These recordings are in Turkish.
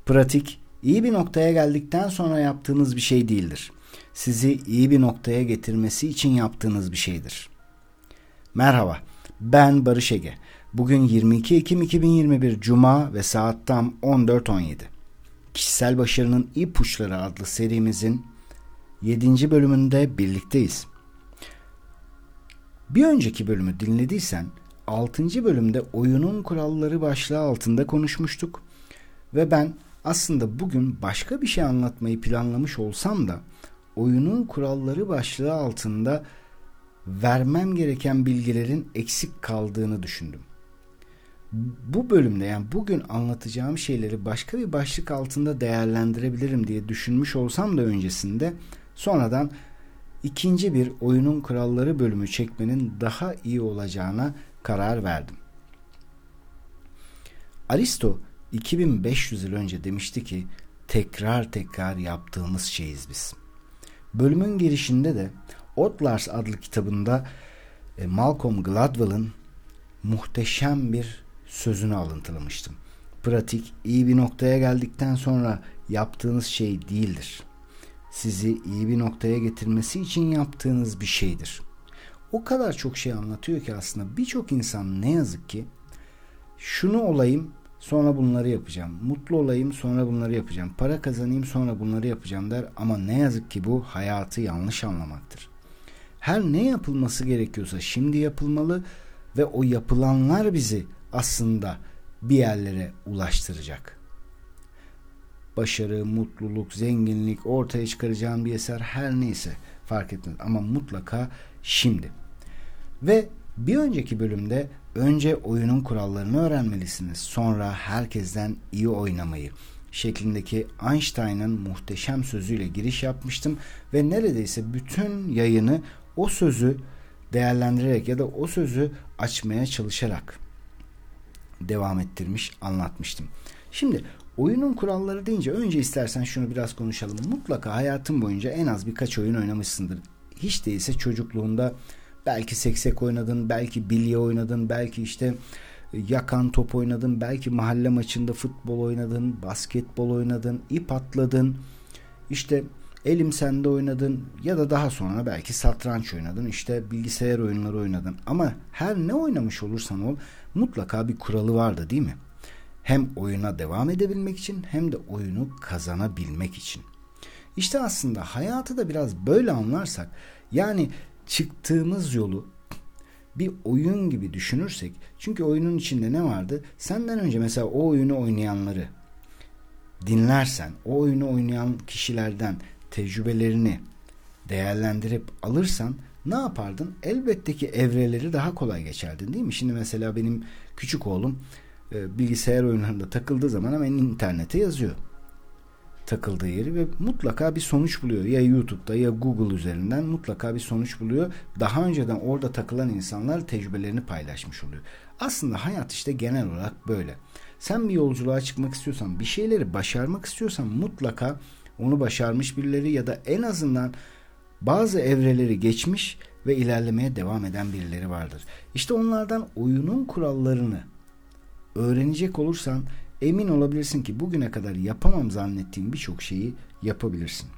Pratik, iyi bir noktaya geldikten sonra yaptığınız bir şey değildir. Sizi iyi bir noktaya getirmesi için yaptığınız bir şeydir. Merhaba, ben Barış Ege. Bugün 22 Ekim 2021 Cuma ve saat tam 14.17. Kişisel Başarının İpuçları adlı serimizin 7. bölümünde birlikteyiz. Bir önceki bölümü dinlediysen 6. bölümde oyunun kuralları başlığı altında konuşmuştuk ve ben aslında bugün başka bir şey anlatmayı planlamış olsam da oyunun kuralları başlığı altında vermem gereken bilgilerin eksik kaldığını düşündüm. Bu bölümde, yani bugün anlatacağım şeyleri başka bir başlık altında değerlendirebilirim diye düşünmüş olsam da öncesinde sonradan ikinci bir oyunun kuralları bölümü çekmenin daha iyi olacağına karar verdim. Aristo 2500 yıl önce demişti ki tekrar tekrar yaptığımız şeyiz biz. Bölümün girişinde de Outliers adlı kitabında Malcolm Gladwell'ın muhteşem bir sözünü alıntılamıştım. Pratik, iyi bir noktaya geldikten sonra yaptığınız şey değildir. Sizi iyi bir noktaya getirmesi için yaptığınız bir şeydir. O kadar çok şey anlatıyor ki aslında birçok insan ne yazık ki şunu olayım sonra bunları yapacağım, mutlu olayım sonra bunları yapacağım, para kazanayım sonra bunları yapacağım der ama ne yazık ki bu hayatı yanlış anlamaktır. Her ne yapılması gerekiyorsa şimdi yapılmalı ve o yapılanlar bizi aslında bir yerlere ulaştıracak. Başarı, mutluluk, zenginlik, ortaya çıkaracağın bir eser her neyse fark etmez ama mutlaka şimdi. Ve bir önceki bölümde önce oyunun kurallarını öğrenmelisiniz, sonra herkesten iyi oynamayı şeklindeki Einstein'ın muhteşem sözüyle giriş yapmıştım ve neredeyse bütün yayını o sözü değerlendirerek ya da o sözü açmaya çalışarak devam ettirmiş, anlatmıştım. Şimdi oyunun kuralları deyince önce istersen şunu biraz konuşalım. Mutlaka hayatın boyunca en az birkaç oyun oynamışsındır. Hiç değilse çocukluğunda belki seksek oynadın, belki bilye oynadın, belki işte yakan top oynadın, belki mahalle maçında futbol oynadın, basketbol oynadın, ip atladın, işte elim sende oynadın ya da daha sonra belki satranç oynadın, işte bilgisayar oyunları oynadın. Ama her ne oynamış olursan ol mutlaka bir kuralı vardı değil mi? Hem oyuna devam edebilmek için hem de oyunu kazanabilmek için. İşte aslında hayatı da biraz böyle anlarsak, yani çıktığımız yolu bir oyun gibi düşünürsek, çünkü oyunun içinde ne vardı? Senden önce mesela o oyunu oynayanları dinlersen, o oyunu oynayan kişilerden tecrübelerini değerlendirip alırsan ne yapardın? Elbette ki evreleri daha kolay geçerdin değil mi? Şimdi mesela benim küçük oğlum bilgisayar oyunlarında takıldığı zaman hemen internete yazıyor takıldığı yeri ve mutlaka bir sonuç buluyor. Ya YouTube'da ya Google üzerinden mutlaka bir sonuç buluyor. Daha önceden orada takılan insanlar tecrübelerini paylaşmış oluyor. Aslında hayat işte genel olarak böyle. Sen bir yolculuğa çıkmak istiyorsan, bir şeyleri başarmak istiyorsan mutlaka onu başarmış birileri ya da en azından bazı evreleri geçmiş ve ilerlemeye devam eden birileri vardır. İşte onlardan oyunun kurallarını öğrenecek olursan emin olabilirsin ki bugüne kadar yapamam zannettiğin birçok şeyi yapabilirsin.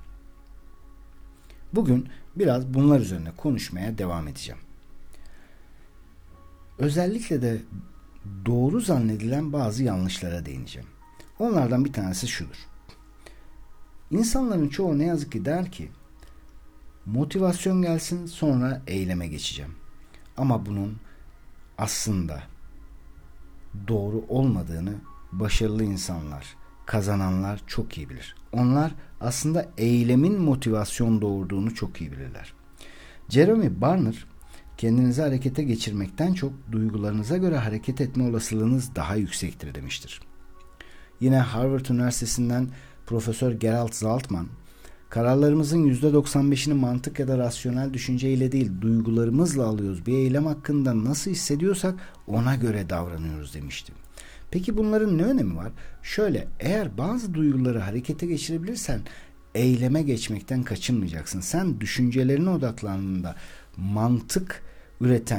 Bugün biraz bunlar üzerine konuşmaya devam edeceğim. Özellikle de doğru zannedilen bazı yanlışlara değineceğim. Onlardan bir tanesi şudur. İnsanların çoğu ne yazık ki der ki motivasyon gelsin sonra eyleme geçeceğim. Ama bunun aslında doğru olmadığını başarılı insanlar, kazananlar çok iyi bilir. Onlar aslında eylemin motivasyon doğurduğunu çok iyi bilirler. Jeremy Barner, kendinizi harekete geçirmekten çok duygularınıza göre hareket etme olasılığınız daha yüksektir demiştir. Yine Harvard Üniversitesi'nden Profesör Gerald Zaltman, kararlarımızın %95'ini mantık ya da rasyonel düşünceyle değil, duygularımızla alıyoruz. Bir eylem hakkında nasıl hissediyorsak ona göre davranıyoruz demişti. Peki bunların ne önemi var? Şöyle, eğer bazı duyguları harekete geçirebilirsen eyleme geçmekten kaçınmayacaksın. Sen düşüncelerine odaklandığında mantık üreten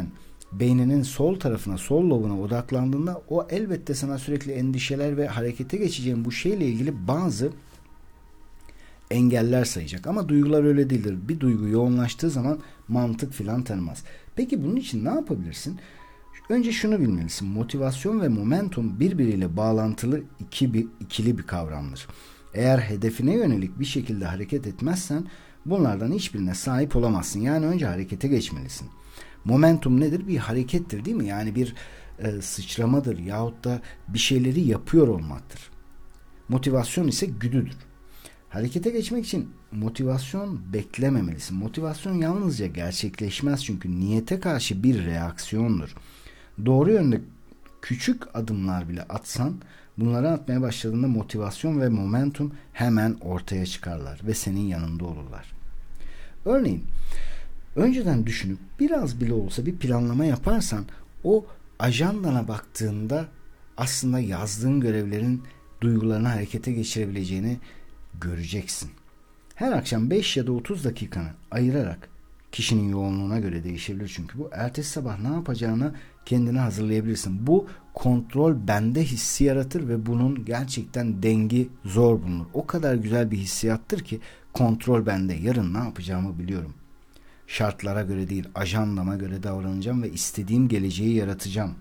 beyninin sol tarafına, sol lobuna odaklandığında o elbette sana sürekli endişeler ve harekete geçeceğin bu şeyle ilgili bazı engeller sayacak. Ama duygular öyle değildir. Bir duygu yoğunlaştığı zaman mantık filan tanımaz. Peki bunun için ne yapabilirsin? Önce şunu bilmelisin. Motivasyon ve momentum birbiriyle bağlantılı ikili bir kavramdır. Eğer hedefine yönelik bir şekilde hareket etmezsen bunlardan hiçbirine sahip olamazsın. Yani önce harekete geçmelisin. Momentum nedir? Bir harekettir, değil mi? Yani bir sıçramadır yahut da bir şeyleri yapıyor olmaktır. Motivasyon ise güdüdür. Harekete geçmek için motivasyon beklememelisin. Motivasyon yalnızca gerçekleşmez çünkü niyete karşı bir reaksiyondur. Doğru yönde küçük adımlar bile atsan, bunları atmaya başladığında motivasyon ve momentum hemen ortaya çıkarlar ve senin yanında olurlar. Örneğin önceden düşünüp biraz bile olsa bir planlama yaparsan o ajandana baktığında aslında yazdığın görevlerin duygularını harekete geçirebileceğini göreceksin. Her akşam 5 ya da 30 dakikanı ayırarak, kişinin yoğunluğuna göre değişebilir çünkü bu, ertesi sabah ne yapacağını kendine hazırlayabilirsin. Bu kontrol bende hissi yaratır ve bunun gerçekten dengi zor bulunur. O kadar güzel bir hissiyattır ki kontrol bende. Yarın ne yapacağımı biliyorum. Şartlara göre değil, ajandama göre davranacağım ve istediğim geleceği yaratacağım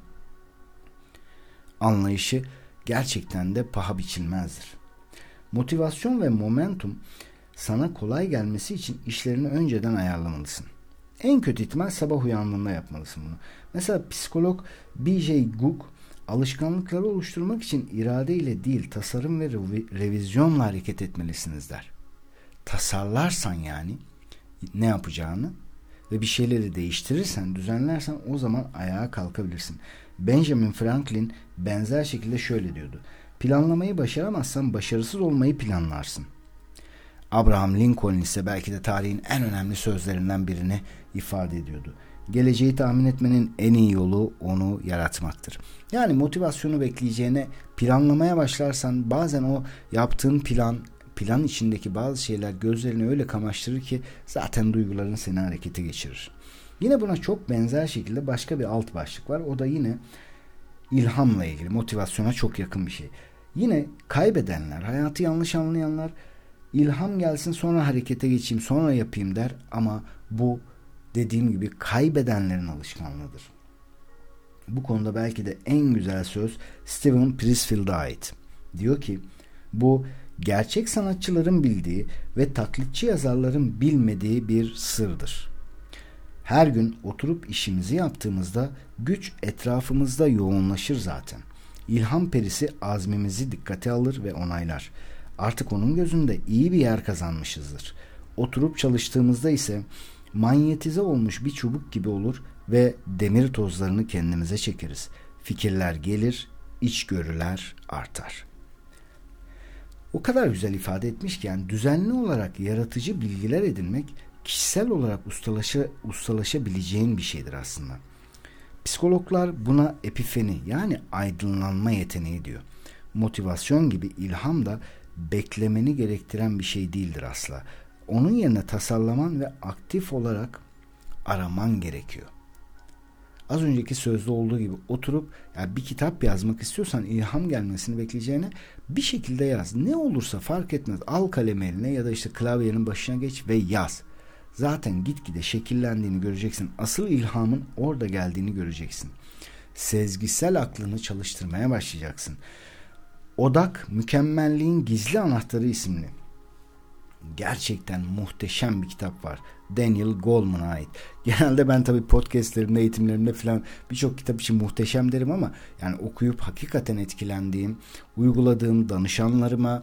anlayışı gerçekten de paha biçilmezdir. Motivasyon ve momentum sana kolay gelmesi için işlerini önceden ayarlamalısın. En kötü ihtimal sabah uyandığında yapmalısın bunu. Mesela psikolog B.J. Cook, alışkanlıkları oluşturmak için irade ile değil, tasarım ve revizyonla hareket etmelisiniz der. Tasarlarsan yani ne yapacağını ve bir şeyleri değiştirirsen, düzenlersen o zaman ayağa kalkabilirsin. Benjamin Franklin benzer şekilde şöyle diyordu. Planlamayı başaramazsan başarısız olmayı planlarsın. Abraham Lincoln ise belki de tarihin en önemli sözlerinden birini ifade ediyordu. Geleceği tahmin etmenin en iyi yolu onu yaratmaktır. Yani motivasyonu bekleyeceğine planlamaya başlarsan bazen o yaptığın plan içindeki bazı şeyler gözlerini öyle kamaştırır ki zaten duyguların seni harekete geçirir. Yine buna çok benzer şekilde başka bir alt başlık var. O da yine ilhamla ilgili, motivasyona çok yakın bir şey. Yine kaybedenler, hayatı yanlış anlayanlar, ilham gelsin sonra harekete geçeyim, sonra yapayım der ama bu dediğim gibi kaybedenlerin alışkanlığıdır. Bu konuda belki de en güzel söz Steven Pressfield'a ait. Diyor ki bu gerçek sanatçıların bildiği ve taklitçi yazarların bilmediği bir sırdır. Her gün oturup işimizi yaptığımızda güç etrafımızda yoğunlaşır zaten. İlham perisi azmimizi dikkate alır ve onaylar. Artık onun gözünde iyi bir yer kazanmışızdır. Oturup çalıştığımızda ise manyetize olmuş bir çubuk gibi olur ve demir tozlarını kendimize çekeriz. Fikirler gelir, içgörüler artar. O kadar güzel ifade etmiş ki yani düzenli olarak yaratıcı bilgiler edinmek kişisel olarak ustalaşabileceğin bir şeydir aslında. Psikologlar buna epifeni yani aydınlanma yeteneği diyor. Motivasyon gibi ilham da beklemeni gerektiren bir şey değildir asla. Onun yerine tasarlaman ve aktif olarak araman gerekiyor. Az önceki sözde olduğu gibi oturup yani bir kitap yazmak istiyorsan ilham gelmesini bekleyeceğine bir şekilde yaz. Ne olursa fark etmez. Al kalemi eline ya da işte klavyenin başına geç ve yaz. Zaten gitgide şekillendiğini göreceksin. Asıl ilhamın orada geldiğini göreceksin. Sezgisel aklını çalıştırmaya başlayacaksın. Odak, Mükemmelliğin Gizli Anahtarı isimli gerçekten muhteşem bir kitap var. Daniel Goleman'a ait. Genelde ben tabii podcastlerimde, eğitimlerimde falan birçok kitap için muhteşem derim ama yani okuyup hakikaten etkilendiğim, uyguladığım, danışanlarıma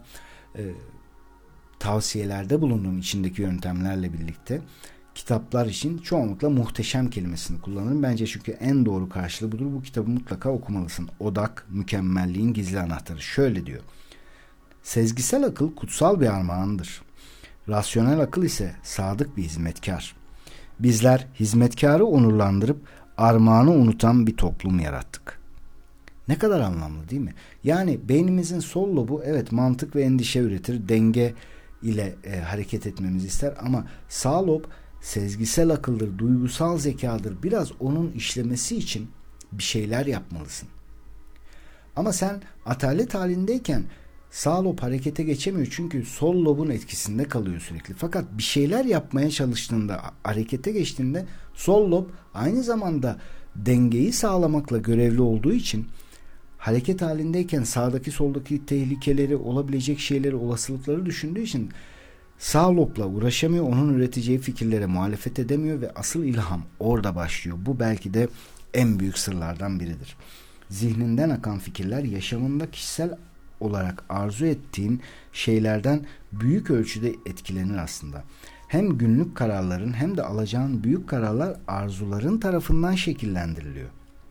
tavsiyelerde bulunduğum içindeki yöntemlerle birlikte kitaplar için çoğunlukla muhteşem kelimesini kullanırım. Bence çünkü en doğru karşılığı budur. Bu kitabı mutlaka okumalısın. Odak, Mükemmelliğin Gizli Anahtarı. Şöyle diyor. Sezgisel akıl kutsal bir armağandır. Rasyonel akıl ise sadık bir hizmetkar. Bizler hizmetkarı onurlandırıp armağanı unutan bir toplum yarattık. Ne kadar anlamlı değil mi? Yani beynimizin sol lobu evet mantık ve endişe üretir, denge ile hareket etmemizi ister ama sağ lob sezgisel akıldır, duygusal zekadır. Biraz onun işlemesi için bir şeyler yapmalısın. Ama sen atalet halindeyken sağ lob harekete geçemiyor çünkü sol lobun etkisinde kalıyor sürekli. Fakat bir şeyler yapmaya çalıştığında, harekete geçtiğinde sol lob aynı zamanda dengeyi sağlamakla görevli olduğu için hareket halindeyken sağdaki soldaki tehlikeleri, olabilecek şeyleri, olasılıkları düşündüğü için sağ lobla uğraşamıyor. Onun üreteceği fikirlere muhalefet edemiyor ve asıl ilham orada başlıyor. Bu belki de en büyük sırlardan biridir. Zihninden akan fikirler yaşamında kişisel olarak arzu ettiğin şeylerden büyük ölçüde etkilenir aslında. Hem günlük kararların hem de alacağın büyük kararlar arzuların tarafından şekillendiriliyor.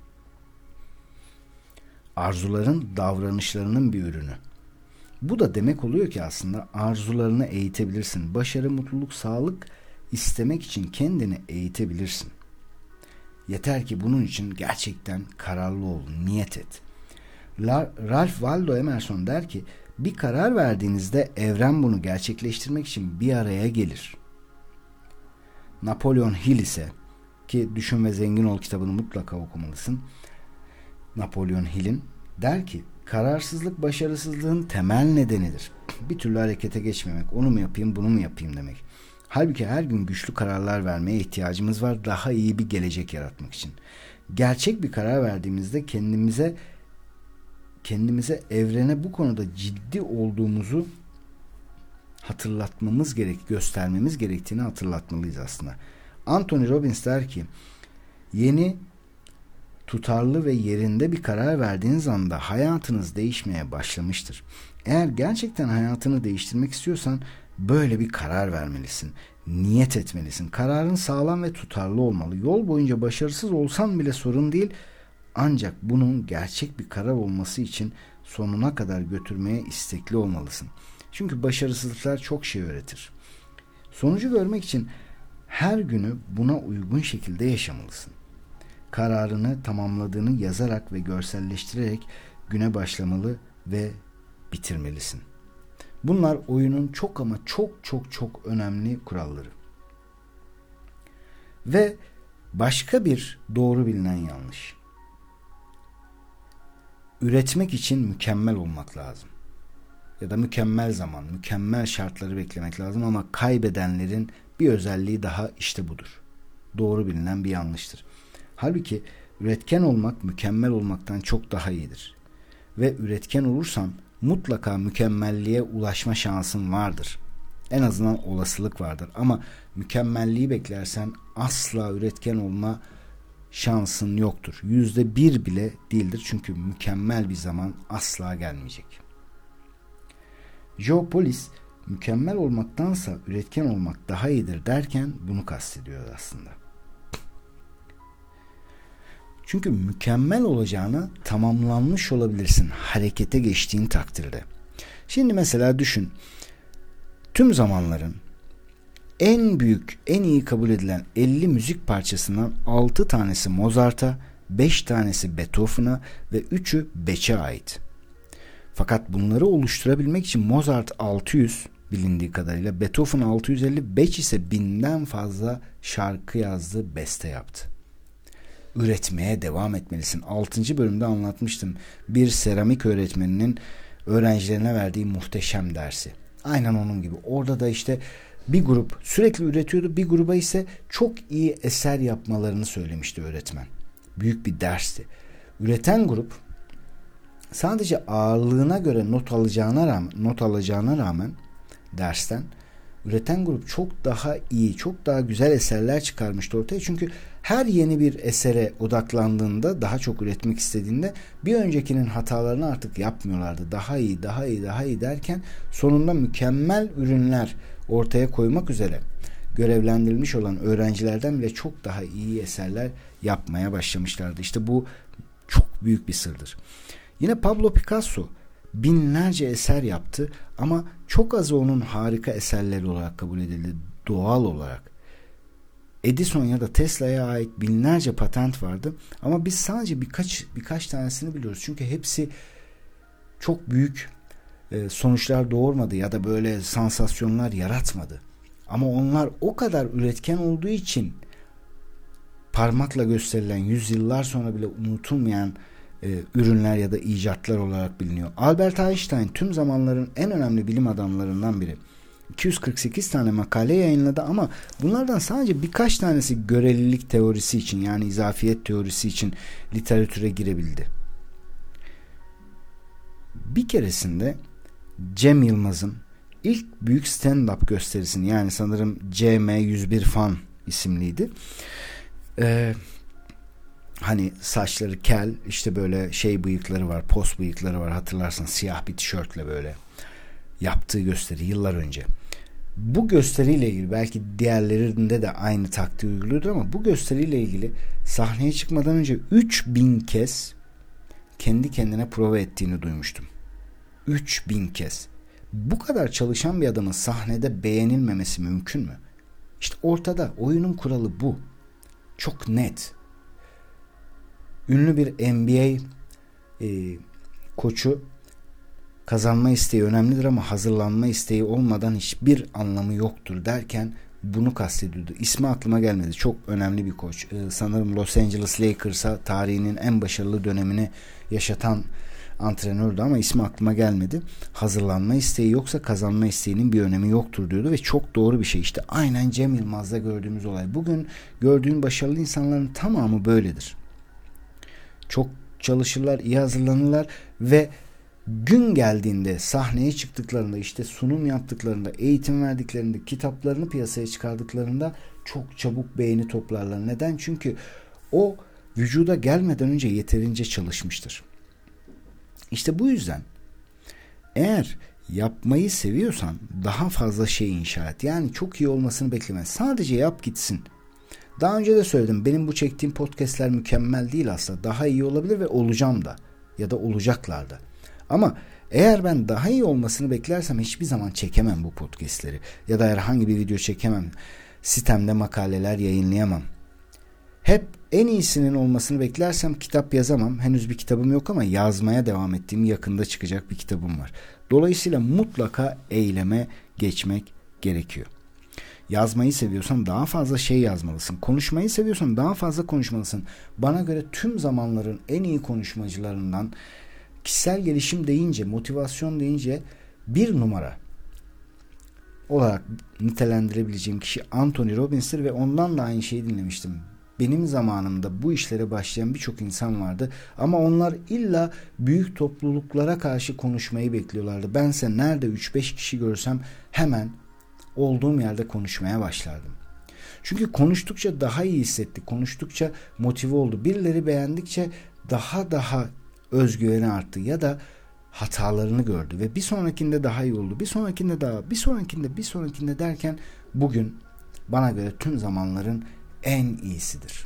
Arzuların davranışlarının bir ürünü. Bu da demek oluyor ki aslında arzularını eğitebilirsin. Başarı, mutluluk, sağlık istemek için kendini eğitebilirsin. Yeter ki bunun için gerçekten kararlı ol, niyet et. Ralph Waldo Emerson der ki, bir karar verdiğinizde evren bunu gerçekleştirmek için bir araya gelir. Napoleon Hill ise, ki Düşün ve Zengin Ol kitabını mutlaka okumalısın. Napoleon Hill'in der ki, kararsızlık başarısızlığın temel nedenidir. Bir türlü harekete geçmemek, onu mu yapayım, bunu mu yapayım demek. Halbuki her gün güçlü kararlar vermeye ihtiyacımız var daha iyi bir gelecek yaratmak için. Gerçek bir karar verdiğimizde kendimize evrene bu konuda ciddi olduğumuzu hatırlatmamız göstermemiz gerektiğini hatırlatmalıyız aslında. Anthony Robbins der ki, yeni, tutarlı ve yerinde bir karar verdiğiniz anda hayatınız değişmeye başlamıştır. Eğer gerçekten hayatını değiştirmek istiyorsan böyle bir karar vermelisin. Niyet etmelisin. Kararın sağlam ve tutarlı olmalı. Yol boyunca başarısız olsan bile sorun değil. Ancak bunun gerçek bir karar olması için sonuna kadar götürmeye istekli olmalısın. Çünkü başarısızlıklar çok şey öğretir. Sonucu görmek için her günü buna uygun şekilde yaşamalısın. Kararını tamamladığını yazarak ve görselleştirerek güne başlamalı ve bitirmelisin. Bunlar oyunun çok ama çok önemli kuralları. Ve başka bir doğru bilinen yanlış. Üretmek için mükemmel olmak lazım. Ya da mükemmel zaman, mükemmel şartları beklemek lazım ama kaybedenlerin bir özelliği daha işte budur. Doğru bilinen bir yanlıştır. Halbuki üretken olmak mükemmel olmaktan çok daha iyidir. Ve üretken olursan mutlaka mükemmelliğe ulaşma şansın vardır. En azından olasılık vardır. Ama mükemmelliği beklersen asla üretken olma şansın yoktur. %1 bile değildir. Çünkü mükemmel bir zaman asla gelmeyecek. Joe Poliz, mükemmel olmaktansa üretken olmak daha iyidir derken bunu kastediyor aslında. Çünkü mükemmel olacağına tamamlanmış olabilirsin harekete geçtiğin takdirde. Şimdi mesela düşün. Tüm zamanların en büyük, en iyi kabul edilen 50 müzik parçasından 6 tanesi Mozart'a, 5 tanesi Beethoven'a ve 3'ü Bach'e ait. Fakat bunları oluşturabilmek için Mozart 600 bilindiği kadarıyla, Beethoven 650, Bach ise 1000'den fazla şarkı yazdı, beste yaptı. Üretmeye devam etmelisin. 6. bölümde anlatmıştım. Bir seramik öğretmeninin öğrencilerine verdiği muhteşem dersi. Aynen onun gibi. Orada da işte bir grup sürekli üretiyordu. Bir gruba ise çok iyi eser yapmalarını söylemişti öğretmen. Büyük bir dersti. Üreten grup sadece ağırlığına göre not alacağına rağmen dersten üreten grup çok daha iyi, çok daha güzel eserler çıkarmıştı ortaya. Çünkü her yeni bir esere odaklandığında, daha çok üretmek istediğinde bir öncekinin hatalarını artık yapmıyorlardı. Daha iyi derken sonunda mükemmel ürünler ortaya koymak üzere görevlendirilmiş olan öğrencilerden bile çok daha iyi eserler yapmaya başlamışlardı. İşte bu çok büyük bir sırdır. Yine Pablo Picasso binlerce eser yaptı ama çok azı onun harika eserleri olarak kabul edildi doğal olarak. Edison ya da Tesla'ya ait binlerce patent vardı ama biz sadece birkaç tanesini biliyoruz. Çünkü hepsi çok büyük sonuçlar doğurmadı ya da böyle sansasyonlar yaratmadı. Ama onlar o kadar üretken olduğu için parmakla gösterilen, yüzyıllar sonra bile unutulmayan ürünler ya da icatlar olarak biliniyor. Albert Einstein tüm zamanların en önemli bilim adamlarından biri. 248 tane makale yayınladı ama bunlardan sadece birkaç tanesi görelilik teorisi için, yani izafiyet teorisi için literatüre girebildi. Bir keresinde Cem Yılmaz'ın ilk büyük stand-up gösterisini, yani sanırım CM101 Fan isimliydi. Hani saçları kel, işte böyle bıyıkları var, pos bıyıkları var, hatırlarsan siyah bir tişörtle böyle yaptığı gösteri yıllar önce. Bu gösteriyle ilgili, belki diğerlerinde de aynı taktiği uyguluyordur ama bu gösteriyle ilgili sahneye çıkmadan önce 3000 kez kendi kendine prova ettiğini duymuştum. 3000 kez. Bu kadar çalışan bir adamın sahnede beğenilmemesi mümkün mü? İşte ortada, oyunun kuralı bu. Çok net. Ünlü bir NBA koçu, kazanma isteği önemlidir ama hazırlanma isteği olmadan hiçbir anlamı yoktur derken bunu kastediyordu. İsmi aklıma gelmedi. Çok önemli bir koç. Sanırım Los Angeles Lakers'a tarihinin en başarılı dönemini yaşatan antrenördü ama ismi aklıma gelmedi. Hazırlanma isteği yoksa kazanma isteğinin bir önemi yoktur diyordu ve çok doğru bir şey. İşte aynen Cem Yılmaz'da gördüğümüz olay. Bugün gördüğün başarılı insanların tamamı böyledir. Çok çalışırlar, iyi hazırlanırlar ve gün geldiğinde, sahneye çıktıklarında, işte sunum yaptıklarında, eğitim verdiklerinde, kitaplarını piyasaya çıkardıklarında çok çabuk beğeni toplarlar. Neden? Çünkü o vücuda gelmeden önce yeterince çalışmıştır. İşte bu yüzden eğer yapmayı seviyorsan daha fazla şey inşa et. Yani çok iyi olmasını bekleme. Sadece yap gitsin. Daha önce de söyledim. Benim bu çektiğim podcastler mükemmel değil aslında. Daha iyi olabilir ve olacağım da. Ya da olacaklar da. Ama eğer ben daha iyi olmasını beklersem hiçbir zaman çekemem bu podcastleri. Ya da herhangi bir video çekemem. Sitemde makaleler yayınlayamam. Hep en iyisinin olmasını beklersem kitap yazamam. Henüz bir kitabım yok ama yazmaya devam ettiğim, yakında çıkacak bir kitabım var. Dolayısıyla mutlaka eyleme geçmek gerekiyor. Yazmayı seviyorsan daha fazla şey yazmalısın. Konuşmayı seviyorsan daha fazla konuşmalısın. Bana göre tüm zamanların en iyi konuşmacılarından, kişisel gelişim deyince, motivasyon deyince bir numara olarak nitelendirebileceğim kişi Anthony Robbins'tir ve ondan da aynı şeyi dinlemiştim. Benim zamanımda bu işlere başlayan birçok insan vardı ama onlar illa büyük topluluklara karşı konuşmayı bekliyorlardı. Bense nerede 3-5 kişi görsem hemen olduğum yerde konuşmaya başlardım. Çünkü konuştukça daha iyi hissettik, konuştukça motive oldu. Birileri beğendikçe daha özgüveni arttı ya da hatalarını gördü ve bir sonrakinde daha iyi oldu. Bir sonrakinde daha, bir sonrakinde derken bugün bana göre tüm zamanların en iyisidir.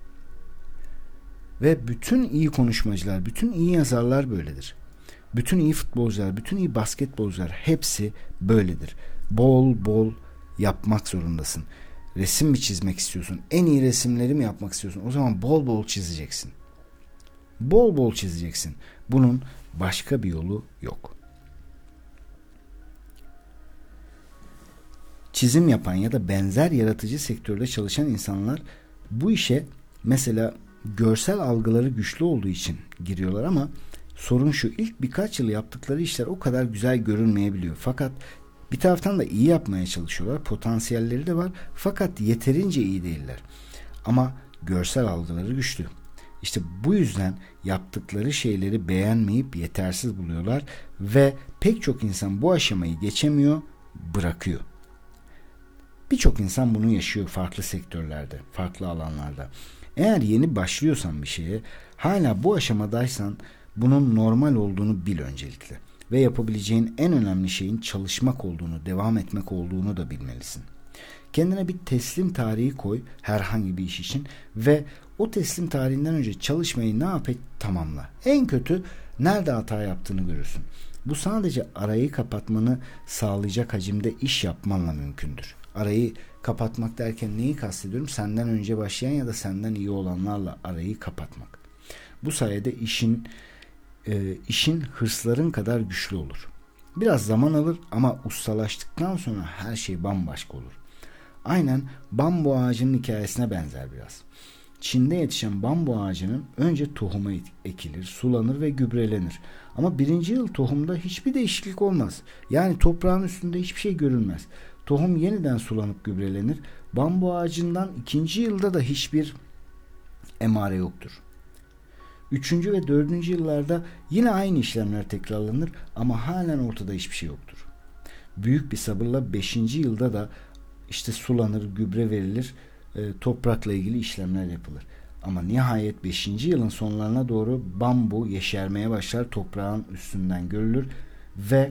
Ve bütün iyi konuşmacılar, bütün iyi yazarlar böyledir. Bütün iyi futbolcular, bütün iyi basketbolcular hepsi böyledir. Bol bol yapmak zorundasın. Resim mi çizmek istiyorsun? En iyi resimleri mi yapmak istiyorsun? O zaman bol bol çizeceksin. Bol bol çizeceksin. Bunun başka bir yolu yok. Çizim yapan ya da benzer yaratıcı sektörde çalışan insanlar bu işe mesela görsel algıları güçlü olduğu için giriyorlar ama sorun şu: ilk birkaç yıl yaptıkları işler o kadar güzel görünmeyebiliyor. Fakat bir taraftan da iyi yapmaya çalışıyorlar. Potansiyelleri de var. Fakat yeterince iyi değiller. Ama görsel algıları güçlü. İşte bu yüzden yaptıkları şeyleri beğenmeyip yetersiz buluyorlar ve pek çok insan bu aşamayı geçemiyor, bırakıyor. Birçok insan bunu yaşıyor farklı sektörlerde, farklı alanlarda. Eğer yeni başlıyorsan bir şeye, hala bu aşamadaysan bunun normal olduğunu bil öncelikle. Ve yapabileceğin en önemli şeyin çalışmak olduğunu, devam etmek olduğunu da bilmelisin. Kendine bir teslim tarihi koy herhangi bir iş için ve o teslim tarihinden önce çalışmayı ne yap et, tamamla. En kötü nerede hata yaptığını görürsün. Bu sadece arayı kapatmanı sağlayacak hacimde iş yapmanla mümkündür. Arayı kapatmak derken neyi kastediyorum? Senden önce başlayan ya da senden iyi olanlarla arayı kapatmak. Bu sayede işin hırsların kadar güçlü olur. Biraz zaman alır ama ustalaştıktan sonra her şey bambaşka olur. Aynen bambu ağacının hikayesine benzer biraz. Çin'de yetişen bambu ağacının önce tohumu ekilir, sulanır ve gübrelenir. Ama birinci yıl tohumda hiçbir değişiklik olmaz. Yani toprağın üstünde hiçbir şey görülmez. Tohum yeniden sulanıp gübrelenir. Bambu ağacından ikinci yılda da hiçbir emare yoktur. Üçüncü ve dördüncü yıllarda yine aynı işlemler tekrarlanır ama halen ortada hiçbir şey yoktur. Büyük bir sabırla beşinci yılda da işte sulanır, gübre verilir, toprakla ilgili işlemler yapılır. Ama nihayet 5. yılın sonlarına doğru bambu yeşermeye başlar, toprağın üstünden görülür ve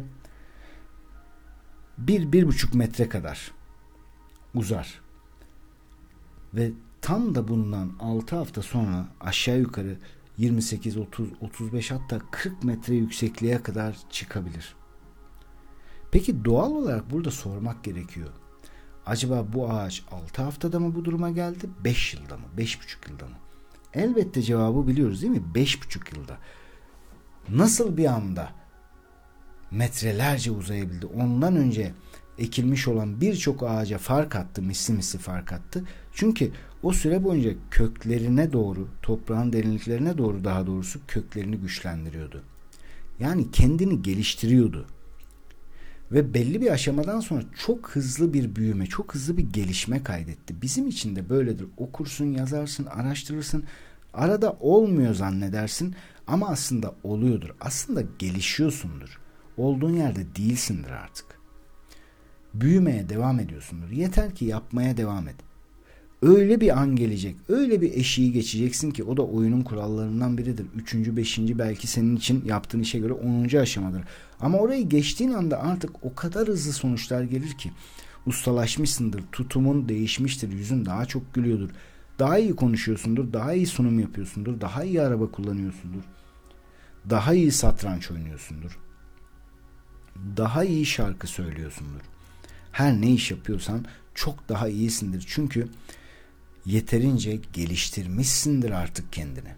1-1,5 metre kadar uzar. Ve tam da bundan 6 hafta sonra aşağı yukarı 28, 30, 35 hatta 40 metre yüksekliğe kadar çıkabilir. Peki doğal olarak burada sormak gerekiyor. Acaba bu ağaç 6 haftada mı bu duruma geldi? 5 yılda mı? 5,5 yılda mı? Elbette cevabı biliyoruz değil mi? 5,5 yılda. Nasıl bir anda metrelerce uzayabildi? Ondan önce ekilmiş olan birçok ağaca fark attı, misli fark attı. Çünkü o süre boyunca köklerine doğru, toprağın derinliklerine doğru daha doğrusu köklerini güçlendiriyordu. Yani kendini geliştiriyordu. Ve belli bir aşamadan sonra çok hızlı bir büyüme, çok hızlı bir gelişme kaydetti. Bizim için de böyledir. Okursun, yazarsın, araştırırsın. Arada olmuyor zannedersin ama aslında oluyordur. Aslında gelişiyorsundur. Olduğun yerde değilsindir artık. Büyümeye devam ediyorsundur. Yeter ki yapmaya devam et. Öyle bir an gelecek, öyle bir eşiği geçeceksin ki o da oyunun kurallarından biridir. 3. 5. belki senin için yaptığın işe göre 10. aşamadır. Ama orayı geçtiğin anda artık o kadar hızlı sonuçlar gelir ki ustalaşmışsındır, tutumun değişmiştir, yüzün daha çok gülüyordur. Daha iyi konuşuyorsundur, daha iyi sunum yapıyorsundur, daha iyi araba kullanıyorsundur. Daha iyi satranç oynuyorsundur. Daha iyi şarkı söylüyorsundur. Her ne iş yapıyorsan çok daha iyisindir. Çünkü yeterince geliştirmişsindir artık kendini.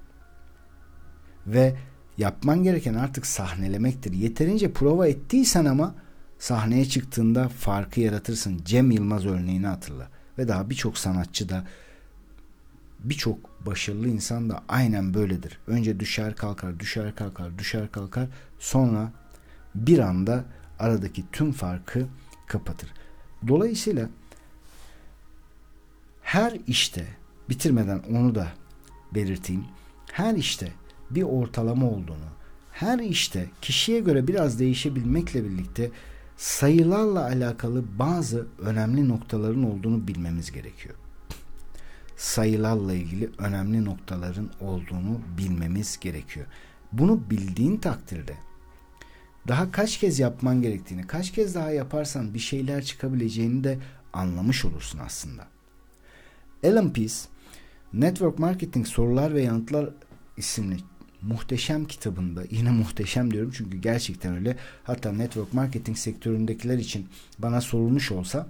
Ve yapman gereken artık sahnelemektir. Yeterince prova ettiysen ama sahneye çıktığında farkı yaratırsın. Cem Yılmaz örneğini hatırla. Ve daha birçok sanatçı da, birçok başarılı insan da aynen böyledir. Önce düşer kalkar, düşer kalkar, düşer kalkar. Sonra bir anda aradaki tüm farkı kapatır. Dolayısıyla her işte, bitirmeden onu da belirteyim, her işte bir ortalama olduğunu, her işte kişiye göre biraz değişebilmekle birlikte sayılarla alakalı bazı önemli noktaların olduğunu bilmemiz gerekiyor. Sayılarla ilgili önemli noktaların olduğunu bilmemiz gerekiyor. Bunu bildiğin takdirde daha kaç kez yapman gerektiğini, kaç kez daha yaparsan bir şeyler çıkabileceğini de anlamış olursun aslında. Alan Pease, Network Marketing Sorular ve Yanıtlar isimli muhteşem kitabında, yine muhteşem diyorum çünkü gerçekten öyle, hatta network marketing sektöründekiler için bana sorulmuş olsa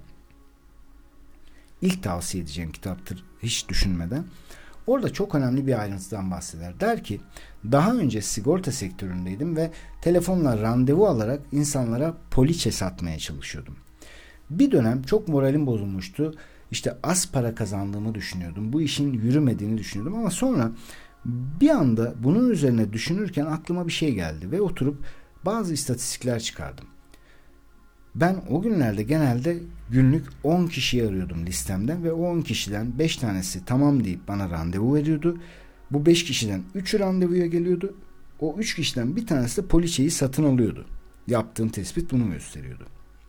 ilk tavsiye edeceğim kitaptır hiç düşünmeden. Orada çok önemli bir ayrıntıdan bahseder. Der ki, daha önce sigorta sektöründeydim ve telefonla randevu alarak insanlara poliçe satmaya çalışıyordum. Bir dönem çok moralim bozulmuştu. İşte az para kazandığımı düşünüyordum. Bu işin yürümediğini düşünüyordum ama sonra bir anda bunun üzerine düşünürken aklıma bir şey geldi ve oturup bazı istatistikler çıkardım. Ben o günlerde genelde günlük 10 kişiyi arıyordum listemden ve o 10 kişiden 5 tanesi tamam deyip bana randevu veriyordu. Bu 5 kişiden 3'ü randevuya geliyordu. O 3 kişiden bir tanesi de poliçeyi satın alıyordu. Yaptığım tespit bunu gösteriyordu.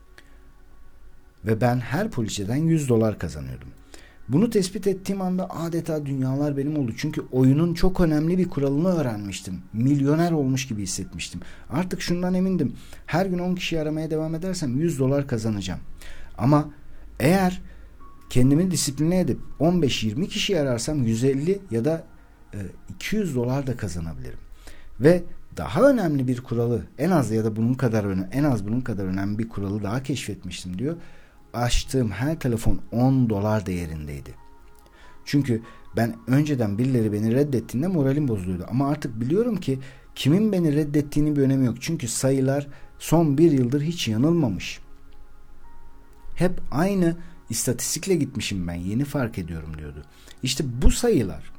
Ve ben her poliçeden $100 kazanıyordum. Bunu tespit ettiğim anda adeta dünyalar benim oldu. Çünkü oyunun çok önemli bir kuralını öğrenmiştim. Milyoner olmuş gibi hissetmiştim. Artık şundan emindim. Her gün 10 kişi aramaya devam edersem $100 kazanacağım. Ama eğer kendimi disipline edip 15-20 kişi ararsam 150 ya da $200 da kazanabilirim. Ve daha önemli bir kuralı, en az bunun kadar önemli bir kuralı daha keşfetmiştim diyor. Açtığım her telefon $10 değerindeydi. Çünkü ben önceden birileri beni reddettiğinde moralim bozuluyordu. Ama artık biliyorum ki kimin beni reddettiğinin bir önemi yok. Çünkü sayılar son bir yıldır hiç yanılmamış. Hep aynı İstatistikle gitmişim ben, yeni fark ediyorum diyordu. İşte bu sayılar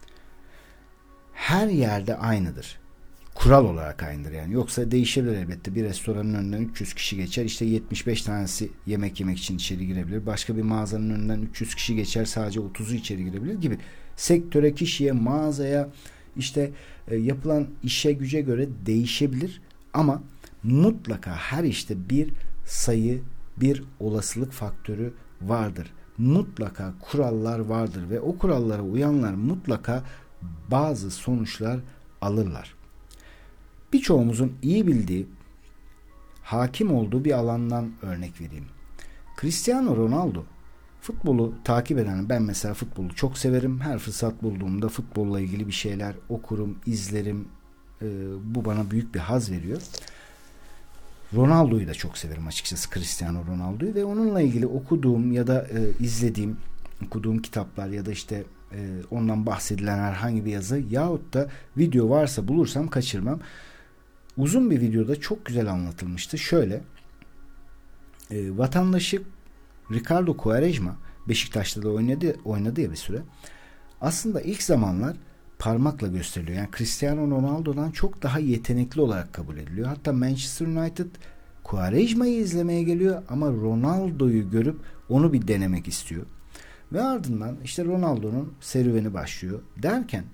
her yerde aynıdır. Kural olarak aynıdır yani. Yoksa değişebilir elbette. Bir restoranın önünden 300 kişi geçer. İşte 75 tanesi yemek yemek için içeri girebilir. Başka bir mağazanın önünden 300 kişi geçer. Sadece 30'u içeri girebilir gibi. Sektöre, kişiye, mağazaya, işte yapılan işe güce göre değişebilir. Ama mutlaka her işte bir sayı, bir olasılık faktörü vardır. Mutlaka kurallar vardır ve o kurallara uyanlar mutlaka bazı sonuçlar alırlar. Birçoğumuzun iyi bildiği, hakim olduğu bir alandan örnek vereyim. Cristiano Ronaldo, futbolu takip eden, ben mesela futbolu çok severim. Her fırsat bulduğumda futbolla ilgili bir şeyler okurum, izlerim. Bu bana büyük bir haz veriyor. Ronaldo'yu da çok severim açıkçası, Cristiano Ronaldo'yu, ve onunla ilgili okuduğum ya da okuduğum kitaplar ya da işte ondan bahsedilen herhangi bir yazı yahut da video varsa bulursam kaçırmam. Uzun bir videoda çok güzel anlatılmıştı. Şöyle, vatandaşı Ricardo Quaresma Beşiktaş'ta da oynadı ya bir süre. Aslında ilk zamanlar parmakla gösteriliyor. Yani Cristiano Ronaldo'dan çok daha yetenekli olarak kabul ediliyor. Hatta Manchester United Quaresma'yı izlemeye geliyor ama Ronaldo'yu görüp onu bir denemek istiyor. Ve ardından işte Ronaldo'nun serüveni başlıyor derken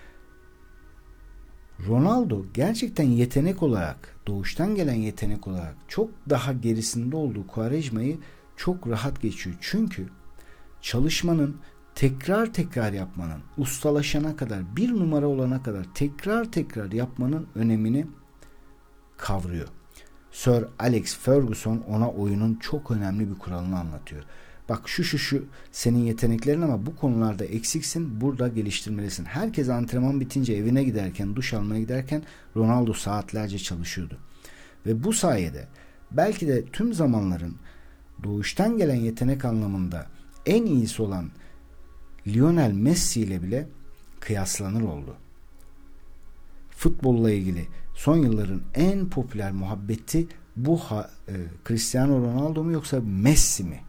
Ronaldo gerçekten yetenek olarak, doğuştan gelen yetenek olarak çok daha gerisinde olduğu Quaresma'yı çok rahat geçiyor. Çünkü çalışmanın, tekrar tekrar yapmanın, ustalaşana kadar, bir numara olana kadar tekrar tekrar yapmanın önemini kavruyor. Sir Alex Ferguson ona oyunun çok önemli bir kuralını anlatıyor. Bak şu senin yeteneklerin ama bu konularda eksiksin, burada geliştirmelisin. Herkes antrenman bitince evine giderken, duş almaya giderken Ronaldo saatlerce çalışıyordu. Ve bu sayede belki de tüm zamanların doğuştan gelen yetenek anlamında en iyisi olan Lionel Messi ile bile kıyaslanır oldu. Futbolla ilgili son yılların en popüler muhabbeti bu Cristiano Ronaldo mu yoksa Messi mi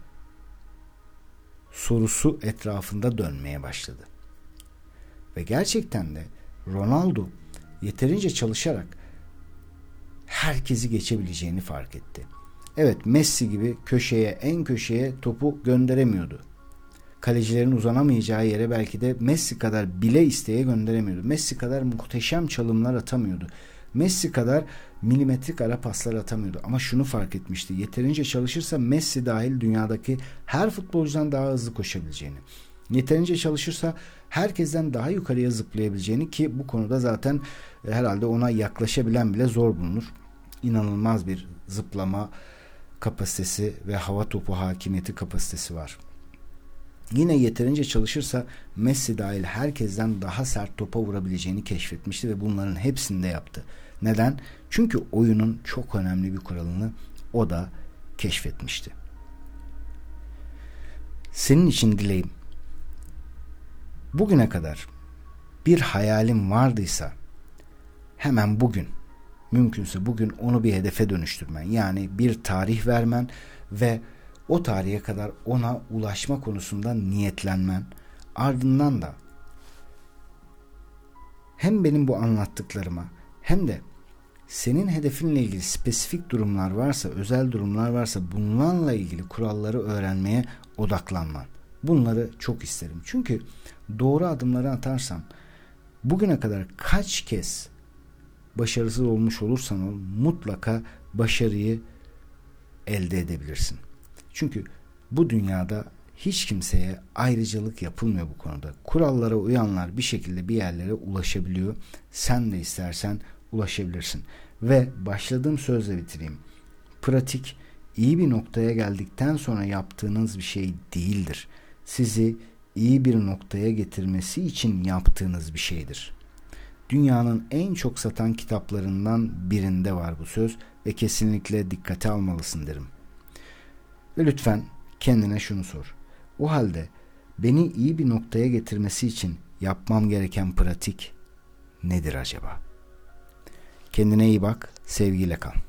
sorusu etrafında dönmeye başladı. Ve gerçekten de Ronaldo yeterince çalışarak herkesi geçebileceğini fark etti. Evet, Messi gibi en köşeye topu gönderemiyordu. Kalecilerin uzanamayacağı yere belki de Messi kadar bile isteye gönderemiyordu. Messi kadar muhteşem çalımlar atamıyordu. Messi kadar milimetrik ara paslar atamıyordu. Ama şunu fark etmişti. Yeterince çalışırsa Messi dahil dünyadaki her futbolcudan daha hızlı koşabileceğini. Yeterince çalışırsa herkesten daha yukarıya zıplayabileceğini, ki bu konuda zaten herhalde ona yaklaşabilen bile zor bulunur. İnanılmaz bir zıplama kapasitesi ve hava topu hakimiyeti kapasitesi var. Yine yeterince çalışırsa Messi dahil herkesten daha sert topa vurabileceğini keşfetmişti ve bunların hepsini de yaptı. Neden? Çünkü oyunun çok önemli bir kuralını o da keşfetmişti. Senin için dileğim, bugüne kadar bir hayalin vardıysa hemen bugün, mümkünse bugün onu bir hedefe dönüştürmen. Yani bir tarih vermen ve o tarihe kadar ona ulaşma konusunda niyetlenmen. Ardından da hem benim bu anlattıklarıma hem de senin hedefinle ilgili spesifik durumlar varsa, özel durumlar varsa bunlarla ilgili kuralları öğrenmeye odaklanman. Bunları çok isterim. Çünkü doğru adımları atarsan bugüne kadar kaç kez başarısız olmuş olursan ol, mutlaka başarıyı elde edebilirsin. Çünkü bu dünyada hiç kimseye ayrıcalık yapılmıyor bu konuda. Kurallara uyanlar bir şekilde bir yerlere ulaşabiliyor. Sen de istersen ulaşabilirsin. Ve başladığım sözle bitireyim. Pratik iyi bir noktaya geldikten sonra yaptığınız bir şey değildir. Sizi iyi bir noktaya getirmesi için yaptığınız bir şeydir. Dünyanın en çok satan kitaplarından birinde var bu söz ve kesinlikle dikkate almalısın derim. Ve lütfen kendine şunu sor. O halde beni iyi bir noktaya getirmesi için yapmam gereken pratik nedir acaba? Kendine iyi bak, sevgiyle kal.